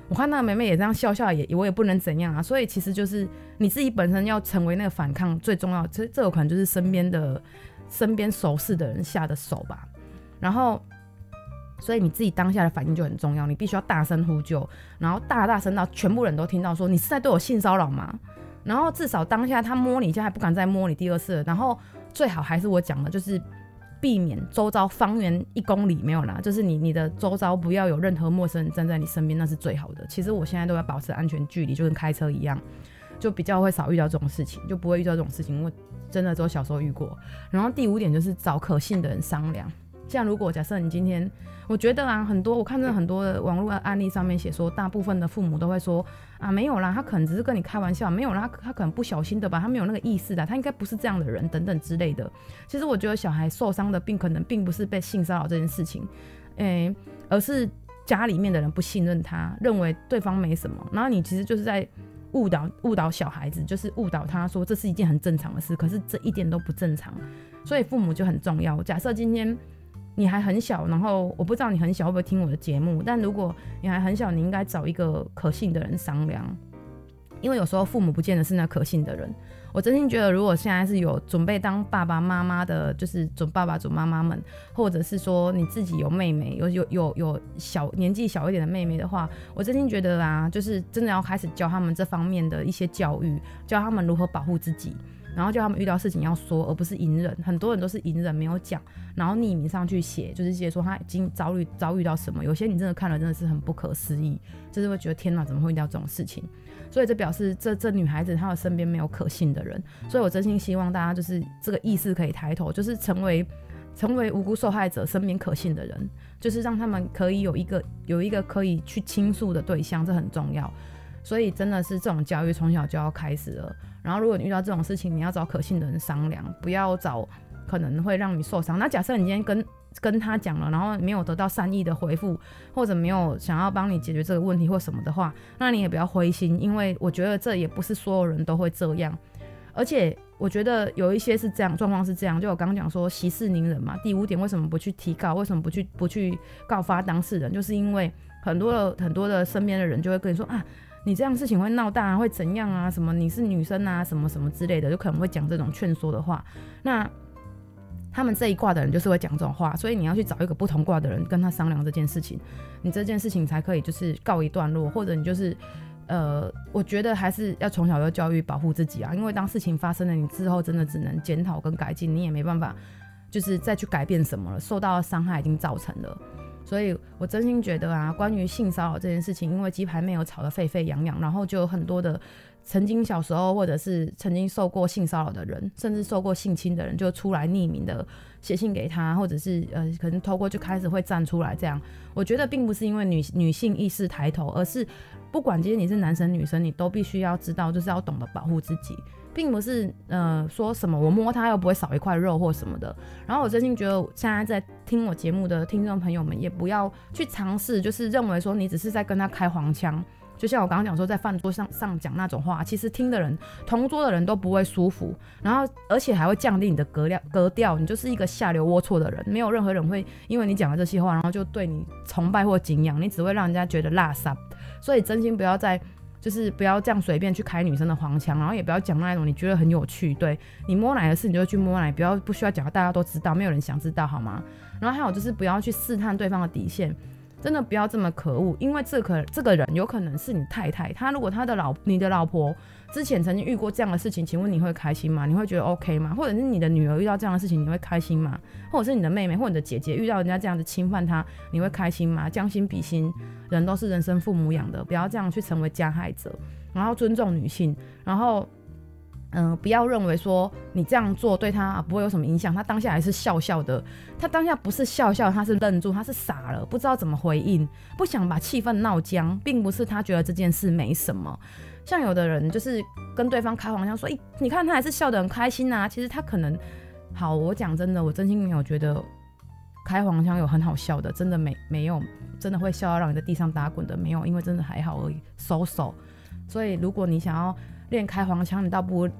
我看那个妹妹也这样笑笑，我也不能怎样啊。所以其实就是你自己本身要成为那个反抗最重要，这有可能就是身边熟识的人下的手吧。然后所以你自己当下的反应就很重要，你必须要大声呼救，然后大声到全部人都听到说你是在对我性骚扰吗？然后至少当下他摸你一下还不敢再摸你第二次了，然后最好还是我讲的，就是避免周遭方圆1公里没有啦，就是你的周遭不要有任何陌生人站在你身边，那是最好的。其实我现在都要保持安全距离，就跟开车一样，就比较会少遇到这种事情，就不会遇到这种事情，因为真的只有小时候遇过。然后第5点就是找可信的人商量。像如果假设你今天，我觉得啊，我看到很多的网络案例上面写说，大部分的父母都会说啊，没有啦，他可能只是跟你开玩笑，没有啦，他可能不小心的吧，他没有那个意识的，他应该不是这样的人等等之类的。其实我觉得小孩受伤的可能并不是被性骚扰这件事情，而是家里面的人不信任他，认为对方没什么，然后你其实就是在误导小孩子，就是误导他说这是一件很正常的事，可是这一点都不正常。所以父母就很重要。假设今天你还很小，然后我不知道你很小会不会听我的节目，但如果你还很小，你应该找一个可信的人商量，因为有时候父母不见得是那可信的人。我真心觉得，如果现在是有准备当爸爸妈妈的，就是准爸爸准妈妈们，或者是说你自己有妹妹，有年纪小一点的妹妹的话，我真心觉得啊，就是真的要开始教他们这方面的一些教育，教他们如何保护自己。然后叫他们遇到事情要说，而不是隐忍。很多人都是隐忍没有讲，然后匿名上去写，就是写说他已经遭遇到什么。有些你真的看了真的是很不可思议，就是会觉得天哪，怎么会遇到这种事情？所以这表示这女孩子她的身边没有可信的人。所以我真心希望大家就是这个意识可以抬头，就是成为无辜受害者身边可信的人，就是让他们可以有一个可以去倾诉的对象，这很重要。所以真的是这种教育从小就要开始了。然后如果你遇到这种事情，你要找可信的人商量，不要找可能会让你受伤。那假设你今天跟他讲了，然后没有得到善意的回复，或者没有想要帮你解决这个问题或什么的话，那你也不要灰心，因为我觉得这也不是所有人都会这样。而且我觉得有一些是这样，状况是这样，就我刚刚讲说息事宁人嘛。第5点为什么不去提告，为什么不去告发当事人，就是因为很多的身边的人就会跟你说啊，你这样事情会闹大啊，会怎样啊，什么你是女生啊，什么什么之类的，就可能会讲这种劝说的话。那他们这一卦的人就是会讲这种话，所以你要去找一个不同卦的人跟他商量这件事情，你这件事情才可以就是告一段落。或者你就是我觉得还是要从小就教育保护自己啊，因为当事情发生了，你之后真的只能检讨跟改进，你也没办法就是再去改变什么了，受到的伤害已经造成了。所以我真心觉得啊，关于性骚扰这件事情，因为鸡排妹有吵得沸沸扬扬，然后就有很多的曾经小时候或者是曾经受过性骚扰的人，甚至受过性侵的人，就出来匿名的写信给他，或者是可能透过就开始会站出来这样。我觉得并不是因为女性意识抬头，而是不管今天你是男生女生，你都必须要知道，就是要懂得保护自己，并不是说什么我摸他又不会少一块肉或什么的。然后我真心觉得现在在听我节目的听众朋友们，也不要去尝试，就是认为说你只是在跟他开黄腔。就像我刚刚讲说，在饭桌上讲那种话，其实听的人，同桌的人都不会舒服，然后而且还会降低你的格调，你就是一个下流龌龊的人，没有任何人会因为你讲的这些话，然后就对你崇拜或敬仰，你只会让人家觉得垃圾。所以真心不要就是不要这样随便去开女生的黄腔，然后也不要讲那种你觉得很有趣，对你摸奶的事你就去摸奶，不需要讲大家都知道，没有人想知道好吗？然后还有就是不要去试探对方的底线，真的不要这么可恶，因为这个人有可能是你太太，他如果你的老婆之前曾经遇过这样的事情，请问你会开心吗？你会觉得 OK 吗？或者是你的女儿遇到这样的事情，你会开心吗？或者是你的妹妹或你的姐姐遇到人家这样子侵犯她，你会开心吗？将心比心，人都是人生父母养的，不要这样去成为加害者，然后尊重女性，然后不要认为说你这样做对他不会有什么影响，他当下还是笑笑的，他当下不是笑笑，他是愣住，他是傻了，不知道怎么回应，不想把气氛闹僵，并不是他觉得这件事没什么。像有的人就是跟对方开黄腔说你看他还是笑得很开心啊，其实他可能好，我讲真的，我真心没有觉得开黄腔有很好笑的，真的没有真的会笑到让你在地上打滚的，没有，因为真的还好而已，收。所以如果你想要练开黄腔，你倒不如去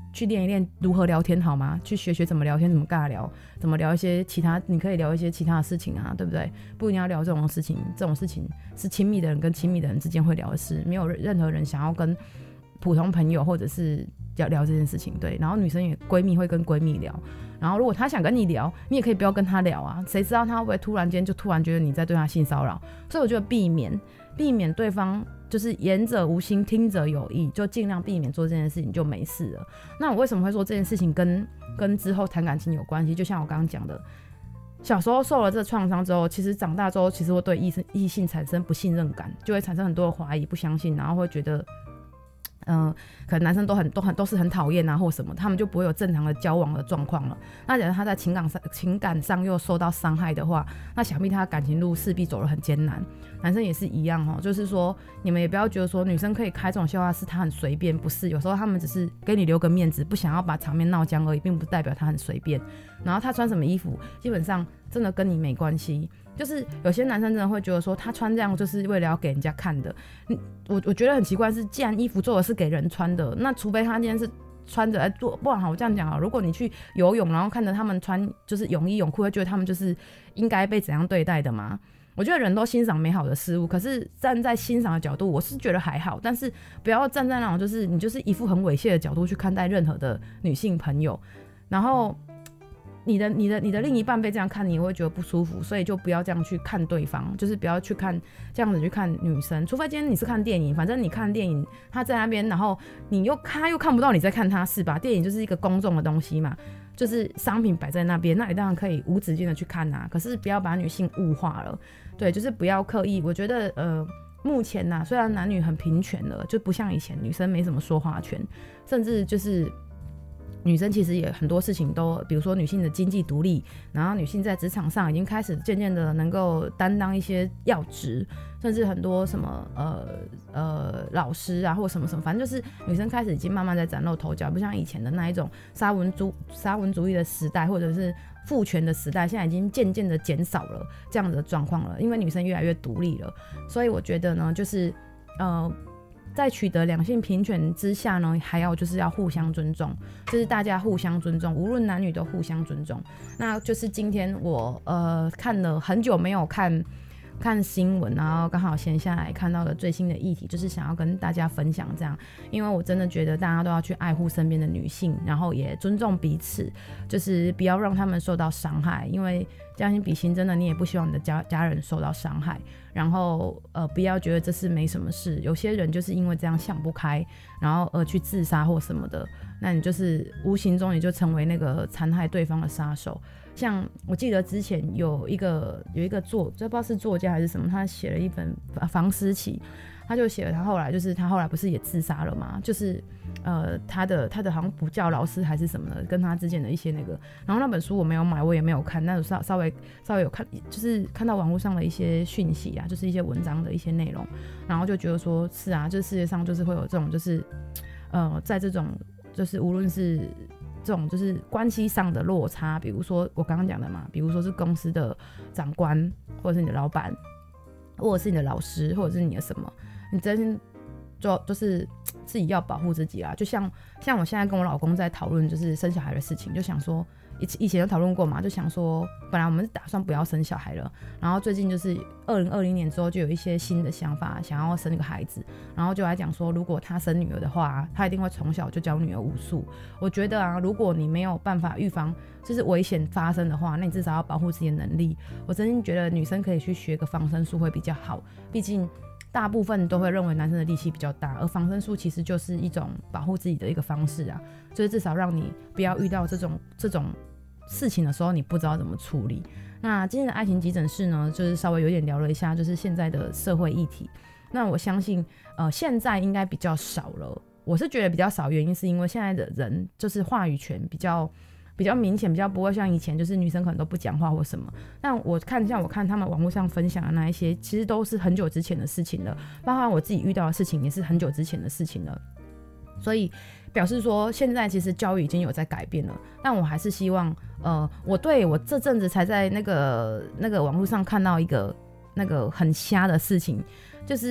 去练一练如何聊天好吗？去学怎么聊天，怎么尬聊，怎么聊一些其他，你可以聊一些其他的事情啊，对不对？不一定要聊这种事情，这种事情是亲密的人跟亲密的人之间会聊的事，没有任何人想要跟普通朋友或者是聊这件事情，对。然后女生也闺蜜会跟闺蜜聊，然后如果她想跟你聊，你也可以不要跟她聊啊，谁知道她会不会突然间就突然觉得你在对她性骚扰？所以我觉得避免对方就是言者无心，听者有意，就尽量避免做这件事情就没事了。那我为什么会说这件事情跟之后谈感情有关系？就像我刚刚讲的，小时候受了这个创伤之后，其实长大之后，其实会对异性产生不信任感，就会产生很多的怀疑、不相信，然后会觉得。可能男生都是很讨厌啊，或什么，他们就不会有正常的交往的状况了。那假如他在情感上又受到伤害的话，那想必他的感情路势必走得很艰难。男生也是一样哦，就是说你们也不要觉得说女生可以开这种笑话是他很随便，不是，有时候他们只是给你留个面子，不想要把场面闹僵而已，并不代表他很随便。然后他穿什么衣服，基本上真的跟你没关系。就是有些男生真的会觉得说他穿这样就是为了要给人家看的，我觉得很奇怪是，既然衣服做的是给人穿的，那除非他今天是穿着做，不然好我这样讲啊，如果你去游泳，然后看着他们穿就是泳衣泳裤，会觉得他们就是应该被怎样对待的吗？我觉得人都欣赏美好的事物，可是站在欣赏的角度，我是觉得还好，但是不要站在那种就是你就是一副很猥亵的角度去看待任何的女性朋友，然后。你的另一半被这样看，你也会觉得不舒服，所以就不要这样去看对方，就是不要去看这样子去看女生，除非今天你是看电影，反正你看电影他在那边，然后他又看不到你在看他，是吧？电影就是一个公众的东西嘛，就是商品摆在那边，那你当然可以无止境的去看啊，可是不要把女性物化了，对，就是不要刻意。我觉得目前啊，虽然男女很平权了，就不像以前女生没什么说话权，甚至就是。女生其实也很多事情都，比如说女性的经济独立，然后女性在职场上已经开始渐渐的能够担当一些要职，甚至很多什么老师啊或什么什么，反正就是女生开始已经慢慢在崭露头角，不像以前的那一种沙文主义的时代，或者是父权的时代，现在已经渐渐的减少了这样的状况了，因为女生越来越独立了，所以我觉得呢，就是在取得两性平权之下呢，还要就是要互相尊重，就是大家互相尊重，无论男女都互相尊重。那就是今天我看了很久没有看新闻，然后刚好闲下来看到的最新的议题，就是想要跟大家分享这样，因为我真的觉得大家都要去爱护身边的女性，然后也尊重彼此，就是不要让他们受到伤害，因为将心比心，真的你也不希望你的家人受到伤害，然后不要觉得这是没什么事，有些人就是因为这样想不开，然后而去自杀或什么的，那你就是无形中你就成为那个残害对方的杀手。像我记得之前有一个不知道是作家还是什么，他写了一本房思琪，他就写了他后来不是也自杀了吗？就是他的好像补教老师还是什么的，跟他之间的一些那个，然后那本书我没有买，我也没有看，但是稍微有看，就是看到网络上的一些讯息啊，就是一些文章的一些内容，然后就觉得说是啊，就是世界上就是会有这种就是在这种就是无论是这种就是关系上的落差，比如说我刚刚讲的嘛，比如说是公司的长官，或者是你的老板，或者是你的老师，或者是你的什么，你真就是自己要保护自己啦。就像我现在跟我老公在讨论就是生小孩的事情，就想说以前有讨论过嘛，就想说本来我们是打算不要生小孩了，然后最近就是2020年之后就有一些新的想法，想要生一个孩子，然后就来讲说如果他生女儿的话，他一定会从小就教女儿武术。我觉得啊，如果你没有办法预防就是危险发生的话，那你至少要保护自己的能力。我真心觉得女生可以去学个防身术会比较好，毕竟大部分都会认为男生的力气比较大，而防身术其实就是一种保护自己的一个方式啊，就是至少让你不要遇到这种事情的时候你不知道怎么处理。那今天的爱情急诊室呢，就是稍微有点聊了一下就是现在的社会议题，那我相信现在应该比较少了，我是觉得比较少，原因是因为现在的人就是话语权比较明显，比较不会像以前就是女生可能都不讲话或什么。但我看他们网络上分享的那一些，其实都是很久之前的事情了，包括我自己遇到的事情也是很久之前的事情了，所以表示说现在其实教育已经有在改变了。但我还是希望我这阵子才在那个网络上看到一个那个很瞎的事情，就是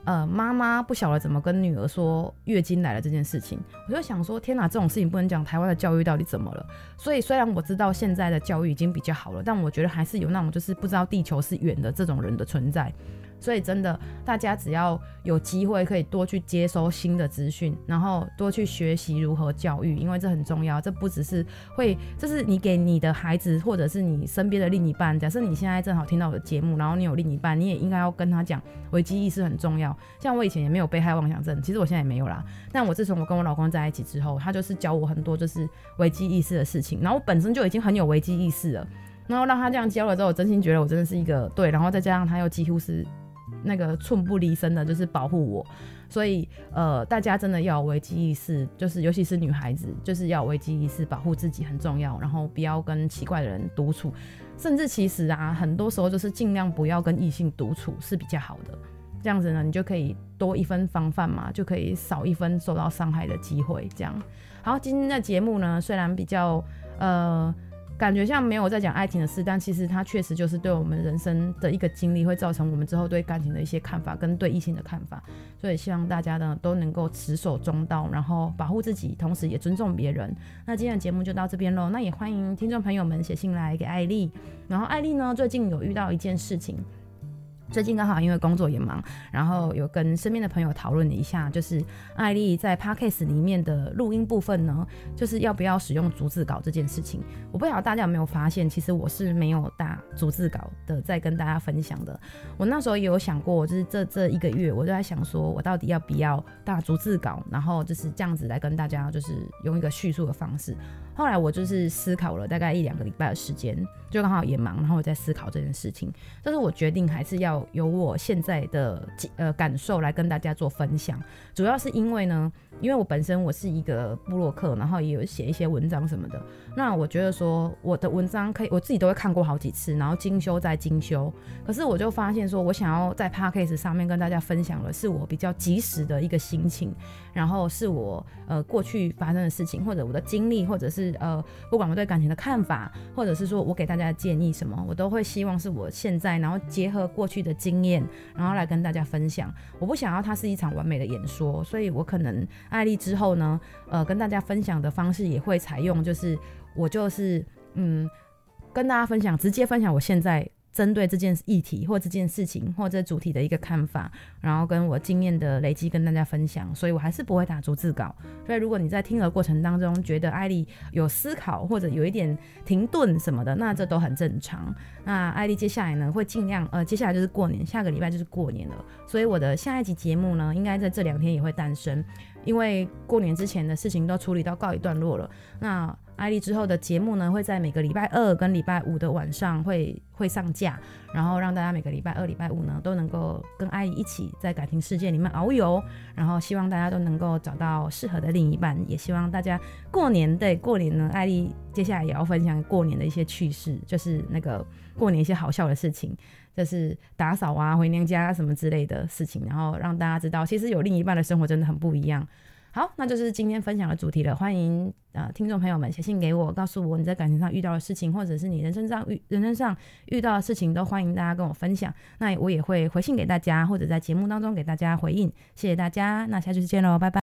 妈妈不晓得怎么跟女儿说月经来了这件事情，我就想说天哪，这种事情不能讲，台湾的教育到底怎么了？所以虽然我知道现在的教育已经比较好了，但我觉得还是有那种就是不知道地球是圆的这种人的存在。所以真的大家只要有机会可以多去接收新的资讯，然后多去学习如何教育，因为这很重要。这不只是这是你给你的孩子或者是你身边的另一半，假设你现在正好听到我的节目，然后你有另一半，你也应该要跟他讲危机意识很重要。像我以前也没有被害妄想症，其实我现在也没有啦，但我自从我跟我老公在一起之后，他就是教我很多就是危机意识的事情，然后我本身就已经很有危机意识了，然后让他这样教了之后，我真心觉得我真的是一个对，然后再加上他又几乎是那个寸步离身的就是保护我，所以大家真的要有危机意识，就是尤其是女孩子就是要有危机意识，保护自己很重要，然后不要跟奇怪的人独处，甚至其实啊很多时候就是尽量不要跟异性独处是比较好的，这样子呢你就可以多一分防范嘛，就可以少一分受到伤害的机会。这样好，今天的节目呢虽然比较感觉像没有在讲爱情的事，但其实它确实就是对我们人生的一个经历，会造成我们之后对感情的一些看法跟对异性的看法，所以希望大家呢都能够持守中道，然后保护自己，同时也尊重别人。那今天的节目就到这边咯，那也欢迎听众朋友们写信来给艾丽，然后艾丽呢最近有遇到一件事情，最近刚好因为工作也忙，然后有跟身边的朋友讨论了一下，就是艾丽在 Podcast 里面的录音部分呢，就是要不要使用逐字稿这件事情。我不晓得大家有没有发现，其实我是没有打逐字稿的，在跟大家分享的。我那时候也有想过，就是这一个月，我就在想说，我到底要不要打逐字稿，然后就是这样子来跟大家，就是用一个叙述的方式。后来我就是思考了大概1-2个礼拜的时间，就刚好也忙，然后我在思考这件事情。但是我决定还是要由我现在的感受来跟大家做分享。主要是因为呢，因为我本身我是一个部落客，然后也有写一些文章什么的。那我觉得说我的文章可以，我自己都会看过好几次，然后精修再精修。可是我就发现说，我想要在 Podcast 上面跟大家分享的是我比较及时的一个心情，然后是我过去发生的事情，或者我的经历，或者是不管我对感情的看法，或者是说我给大家的建议什么，我都会希望是我现在，然后结合过去的经验，然后来跟大家分享。我不想要它是一场完美的演说，所以我可能艾丽之后呢，跟大家分享的方式也会采用，就是我就是跟大家分享，直接分享我现在针对这件议题或这件事情或这主题的一个看法，然后跟我经验的累积跟大家分享，所以我还是不会打逐字稿。所以如果你在听的过程当中觉得艾丽有思考或者有一点停顿什么的，那这都很正常。那艾丽接下来呢会尽量接下来就是过年，下个礼拜就是过年了，所以我的下一集节目呢应该在这2天也会诞生，因为过年之前的事情都处理到告一段落了。那艾丽之后的节目呢会在每个礼拜2跟礼拜5的晚上会上架，然后让大家每个礼拜2、礼拜5呢都能够跟艾丽一起在感情世界里面遨游，然后希望大家都能够找到适合的另一半，也希望大家过年呢，艾丽接下来也要分享过年的一些趣事，就是那个过年一些好笑的事情，就是打扫啊、回娘家什么之类的事情，然后让大家知道其实有另一半的生活真的很不一样。好，那就是今天分享的主题了。欢迎听众朋友们写信给我，告诉我你在感情上遇到的事情，或者是你人生上遇到的事情，都欢迎大家跟我分享。那我也会回信给大家，或者在节目当中给大家回应。谢谢大家，那下次见喽，拜拜。